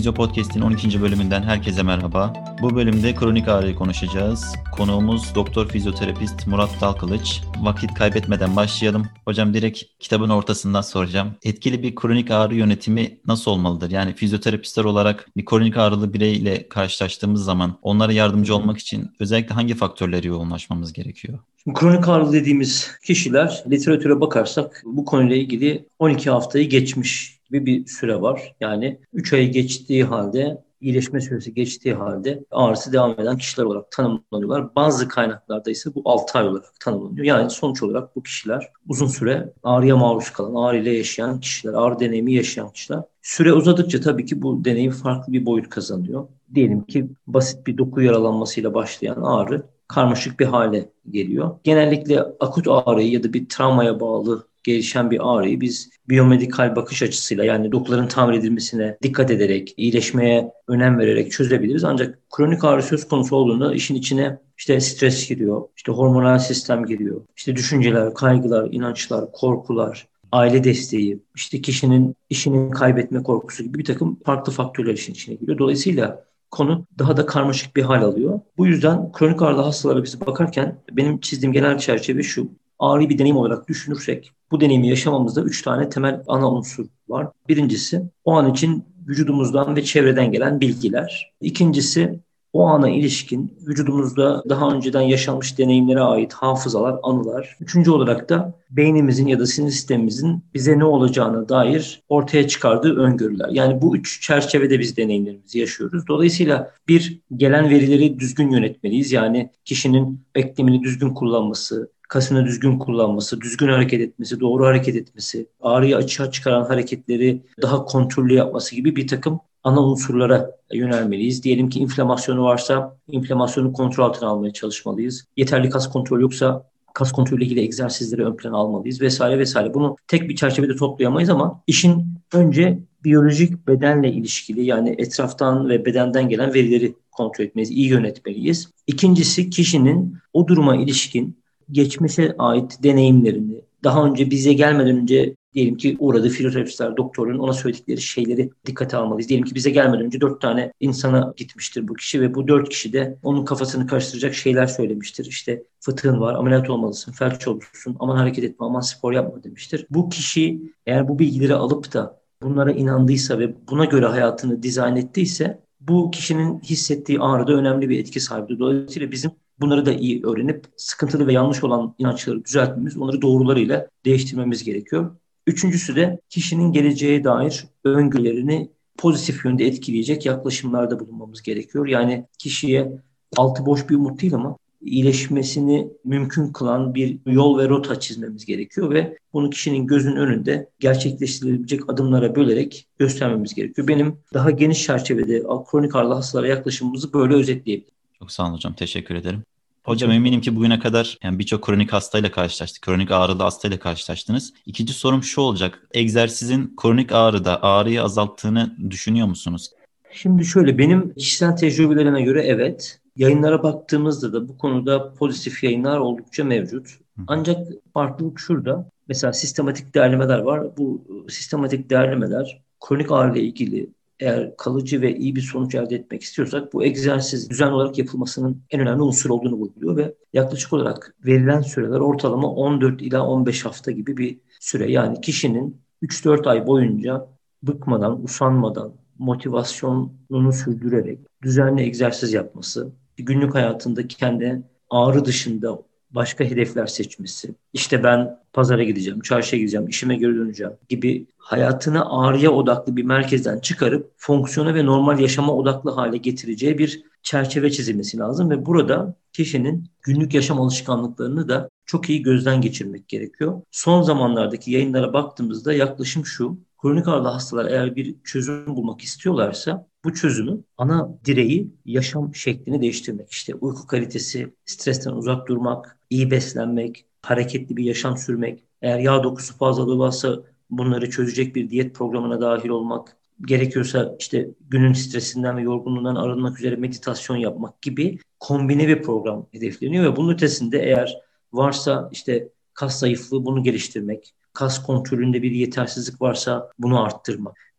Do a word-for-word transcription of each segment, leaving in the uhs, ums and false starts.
Fizyo Podcast'in on ikinci bölümünden herkese merhaba. Bu bölümde kronik ağrıyı konuşacağız. Konuğumuz doktor fizyoterapist Murat Dalkılıç. Vakit kaybetmeden başlayalım. Hocam direkt kitabın ortasından soracağım. Etkili bir kronik ağrı yönetimi nasıl olmalıdır? Yani fizyoterapistler olarak bir kronik ağrılı bireyle karşılaştığımız zaman onlara yardımcı olmak için özellikle hangi faktörlere yoğunlaşmamız gerekiyor? Şimdi kronik ağrı dediğimiz kişiler literatüre bakarsak bu konuyla ilgili on iki haftayı geçmiş gibi bir süre var. Yani üç ayı geçtiği halde, iyileşme süresi geçtiği halde ağrısı devam eden kişiler olarak tanımlanıyorlar. Bazı kaynaklarda ise bu altı ay olarak tanımlanıyor. Yani sonuç olarak bu kişiler uzun süre ağrıya maruz kalan, ağrıyla yaşayan kişiler, ağrı deneyimi yaşayan kişiler. Süre uzadıkça tabii ki bu deneyim farklı bir boyut kazanıyor. Diyelim ki basit bir doku yaralanmasıyla başlayan ağrı karmaşık bir hale geliyor. Genellikle akut ağrıyı ya da bir travmaya bağlı gelişen bir ağrıyı biz biyomedikal bakış açısıyla, yani dokuların tamir edilmesine dikkat ederek, iyileşmeye önem vererek çözebiliriz. Ancak kronik ağrı söz konusu olduğunda işin içine işte stres giriyor, işte hormonal sistem giriyor, işte düşünceler, kaygılar, inançlar, korkular, aile desteği, işte kişinin işini kaybetme korkusu gibi bir takım farklı faktörler işin içine giriyor. Dolayısıyla konu daha da karmaşık bir hal alıyor. Bu yüzden kronik ağrılı hastalara biz bakarken benim çizdiğim genel çerçeve şu: ağrıyı bir deneyim olarak düşünürsek bu deneyimi yaşamamızda üç tane temel ana unsur var. Birincisi o an için vücudumuzdan ve çevreden gelen bilgiler. İkincisi o ana ilişkin vücudumuzda daha önceden yaşanmış deneyimlere ait hafızalar, anılar. Üçüncü olarak da beynimizin ya da sinir sistemimizin bize ne olacağına dair ortaya çıkardığı öngörüler. Yani bu üç çerçevede biz deneyimlerimizi yaşıyoruz. Dolayısıyla bir, gelen verileri düzgün yönetmeliyiz. Yani kişinin eklemini düzgün kullanması, kasını düzgün kullanması, düzgün hareket etmesi, doğru hareket etmesi, ağrıyı açığa çıkaran hareketleri daha kontrollü yapması gibi bir takım ana unsurlara yönelmeliyiz. Diyelim ki inflamasyonu varsa inflamasyonu kontrol altına almaya çalışmalıyız. Yeterli kas kontrolü yoksa kas kontrolüyle ilgili egzersizleri ön plana almalıyız vesaire vesaire. Bunu tek bir çerçevede toplayamayız ama işin önce biyolojik bedenle ilişkili, yani etraftan ve bedenden gelen verileri kontrol etmeliyiz, iyi yönetmeliyiz. İkincisi, kişinin o duruma ilişkin geçmişe ait deneyimlerini, daha önce bize gelmeden önce diyelim ki uğradığı fizyoterapistler, doktorların ona söyledikleri şeyleri dikkate almalıyız. Diyelim ki bize gelmeden önce dört tane insana gitmiştir bu kişi ve bu dört kişi de onun kafasını karıştıracak şeyler söylemiştir. İşte fıtığın var, ameliyat olmalısın, felç olursun, aman hareket etme, aman spor yapma demiştir. Bu kişi eğer bu bilgileri alıp da bunlara inandıysa ve buna göre hayatını dizayn ettiyse bu kişinin hissettiği ağrıda önemli bir etki sahibidir. Dolayısıyla bizim bunları da iyi öğrenip sıkıntılı ve yanlış olan inançları düzeltmemiz, onları doğrularıyla değiştirmemiz gerekiyor. Üçüncüsü de kişinin geleceğe dair öngörülerini pozitif yönde etkileyecek yaklaşımlarda bulunmamız gerekiyor. Yani kişiye altı boş bir umut değil ama iyileşmesini mümkün kılan bir yol ve rota çizmemiz gerekiyor ve bunu kişinin gözünün önünde gerçekleştirilebilecek adımlara bölerek göstermemiz gerekiyor. Benim daha geniş çerçevede kronik ağrılı hastalara yaklaşımımızı böyle özetleyebilirim. Çok sağ olun hocam, teşekkür ederim. Hocam eminim ki bugüne kadar yani birçok kronik hastayla karşılaştık. Kronik ağrılı hastayla karşılaştınız. İkinci sorum şu olacak: egzersizin kronik ağrıda ağrıyı azalttığını düşünüyor musunuz? Şimdi şöyle, benim kişisel tecrübelerime göre evet. Yayınlara baktığımızda da bu konuda pozitif yayınlar oldukça mevcut. Ancak farklılık şurada. Mesela sistematik değerlemeler var. Bu sistematik değerlemeler kronik ağrı ile ilgili eğer kalıcı ve iyi bir sonuç elde etmek istiyorsak bu egzersiz düzenli olarak yapılmasının en önemli unsur olduğunu vurguluyor ve yaklaşık olarak verilen süreler ortalama on dört ila on beş hafta gibi bir süre. Yani kişinin üç dört ay boyunca bıkmadan, usanmadan, motivasyonunu sürdürerek düzenli egzersiz yapması, günlük hayatında kendi ağrı dışında başka hedefler seçmesi, işte ben pazara gideceğim, çarşıya gideceğim, işime geri döneceğim gibi hayatını ağrıya odaklı bir merkezden çıkarıp fonksiyona ve normal yaşama odaklı hale getireceği bir çerçeve çizilmesi lazım ve burada kişinin günlük yaşam alışkanlıklarını da çok iyi gözden geçirmek gerekiyor. Son zamanlardaki yayınlara baktığımızda yaklaşım şu: kronik ağrılı hastalar eğer bir çözüm bulmak istiyorlarsa bu çözümün ana direği yaşam şeklini değiştirmek. İşte uyku kalitesi, stresten uzak durmak, iyi beslenmek, hareketli bir yaşam sürmek. Eğer yağ dokusu fazlalığı varsa bunları çözecek bir diyet programına dahil olmak. Gerekiyorsa işte günün stresinden ve yorgunluğundan arınmak üzere meditasyon yapmak gibi kombine bir program hedefleniyor ve bunun ötesinde eğer varsa işte kas zayıflığı, bunu geliştirmek, kas kontrolünde bir yetersizlik varsa bunu arttırmak.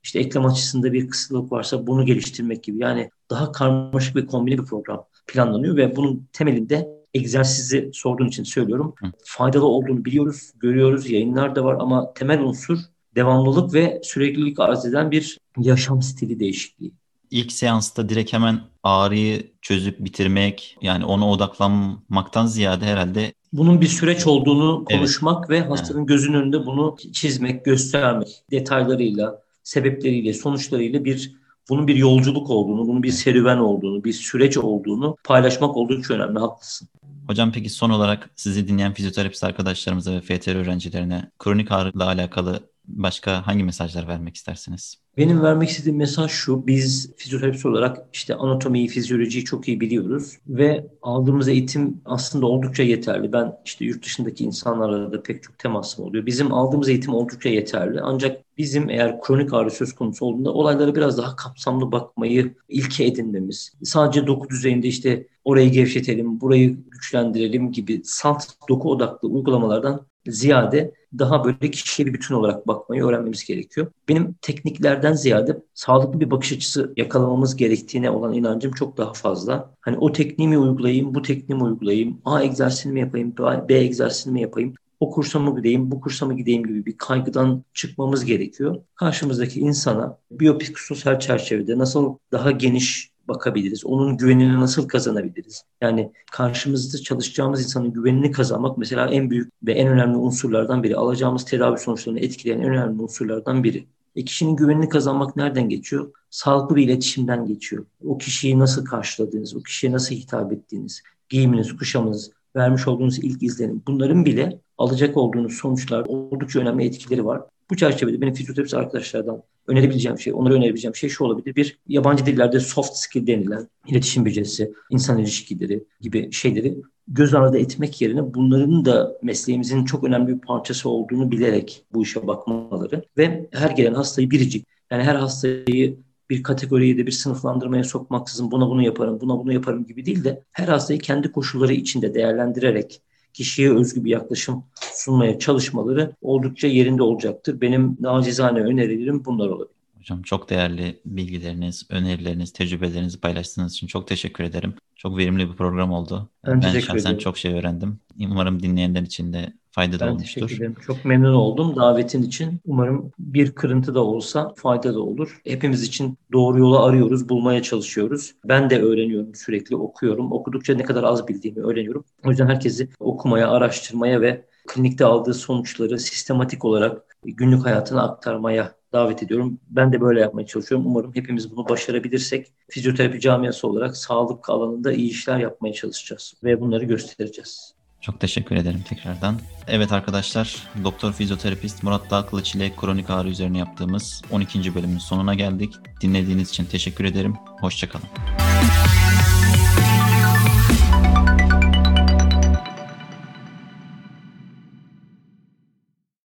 işte eklem açısında bir kısıtlık varsa bunu geliştirmek gibi. Yani daha karmaşık ve kombine bir program planlanıyor ve bunun temelinde egzersizi sorduğun için söylüyorum. Hı. Faydalı olduğunu biliyoruz, görüyoruz, yayınlar da var ama temel unsur devamlılık ve süreklilik arz eden bir yaşam stili değişikliği. İlk seansta direkt hemen ağrıyı çözüp bitirmek, yani ona odaklanmaktan ziyade herhalde Bunun bir süreç olduğunu evet. konuşmak ve Ha, hastanın gözünün önünde bunu çizmek, göstermek, detaylarıyla, sebepleriyle, sonuçlarıyla bir bunun bir yolculuk olduğunu, bunun bir evet. serüven olduğunu, bir süreç olduğunu paylaşmak oldukça önemli. Haklısın. Hocam peki son olarak sizi dinleyen fizyoterapist arkadaşlarımıza ve F T R öğrencilerine kronik ağrıyla alakalı başka hangi mesajlar vermek istersiniz? Benim vermek istediğim mesaj şu. Biz fizyoterapist olarak işte anatomiyi, fizyolojiyi çok iyi biliyoruz ve aldığımız eğitim aslında oldukça yeterli. Ben işte yurt dışındaki insanlarla da pek çok temasım oluyor. Bizim aldığımız eğitim oldukça yeterli. Ancak bizim eğer kronik ağrı söz konusu olduğunda olaylara biraz daha kapsamlı bakmayı ilke edinmemiz. Sadece doku düzeyinde işte orayı gevşetelim, burayı güçlendirelim gibi salt doku odaklı uygulamalardan ziyade daha böyle kişiye bir bütün olarak bakmayı öğrenmemiz gerekiyor. Benim tekniklerden ziyade sağlıklı bir bakış açısı yakalamamız gerektiğine olan inancım çok daha fazla. Hani o tekniği mi uygulayayım, bu tekniği mi uygulayayım, A egzersizini mi yapayım, B egzersizini mi yapayım, o kursa mı gideyim, bu kursa mı gideyim gibi bir kaygıdan çıkmamız gerekiyor. Karşımızdaki insana biyopsikososyal çerçevede nasıl daha geniş bakabiliriz? Onun güvenini nasıl kazanabiliriz? Yani karşımızda çalışacağımız insanın güvenini kazanmak mesela en büyük ve en önemli unsurlardan biri. Alacağımız tedavi sonuçlarını etkileyen en önemli unsurlardan biri. E kişinin güvenini kazanmak nereden geçiyor? Sağlıklı bir iletişimden geçiyor. O kişiyi nasıl karşıladığınız, o kişiye nasıl hitap ettiğiniz, giyiminiz, kuşamınız, vermiş olduğunuz ilk izlenim. Bunların bile alacak olduğunuz sonuçlar oldukça önemli etkileri var. Bu çerçevede benim fizyoterapist arkadaşlardan önerebileceğim şey, onlara önerebileceğim şey şu olabilir. Bir, yabancı dillerde soft skill denilen iletişim becerisi, insan ilişkileri gibi şeyleri göz ardı etmek yerine bunların da mesleğimizin çok önemli bir parçası olduğunu bilerek bu işe bakmaları ve her gelen hastayı biricik, yani her hastayı bir kategoriye de bir sınıflandırmaya sokmaksızın buna bunu yaparım, buna bunu yaparım gibi değil de her hastayı kendi koşulları içinde değerlendirerek kişiye özgü bir yaklaşım sunmaya çalışmaları oldukça yerinde olacaktır. Benim nacizane önerilerim bunlar olabilir. Hocam çok değerli bilgileriniz, önerileriniz, tecrübelerinizi paylaştığınız için çok teşekkür ederim. Çok verimli bir program oldu. Ben Ben teşekkür şahsen ederim. çok şey öğrendim. Umarım dinleyenler için de faydalı Ben teşekkür olmuştur. ederim. Çok memnun oldum davetin için. Umarım bir kırıntı da olsa fayda da olur. Hepimiz için doğru yolu arıyoruz, bulmaya çalışıyoruz. Ben de öğreniyorum, sürekli okuyorum. Okudukça ne kadar az bildiğimi öğreniyorum. O yüzden herkesi okumaya, araştırmaya ve klinikte aldığı sonuçları sistematik olarak günlük hayatına aktarmaya davet ediyorum. Ben de böyle yapmaya çalışıyorum. Umarım hepimiz bunu başarabilirsek fizyoterapi camiası olarak sağlık alanında iyi işler yapmaya çalışacağız ve bunları göstereceğiz. Çok teşekkür ederim tekrardan. Evet arkadaşlar, Doktor Fizyoterapist Murat Dalkılıç ile kronik ağrı üzerine yaptığımız on ikinci bölümün sonuna geldik. Dinlediğiniz için teşekkür ederim. Hoşça kalın.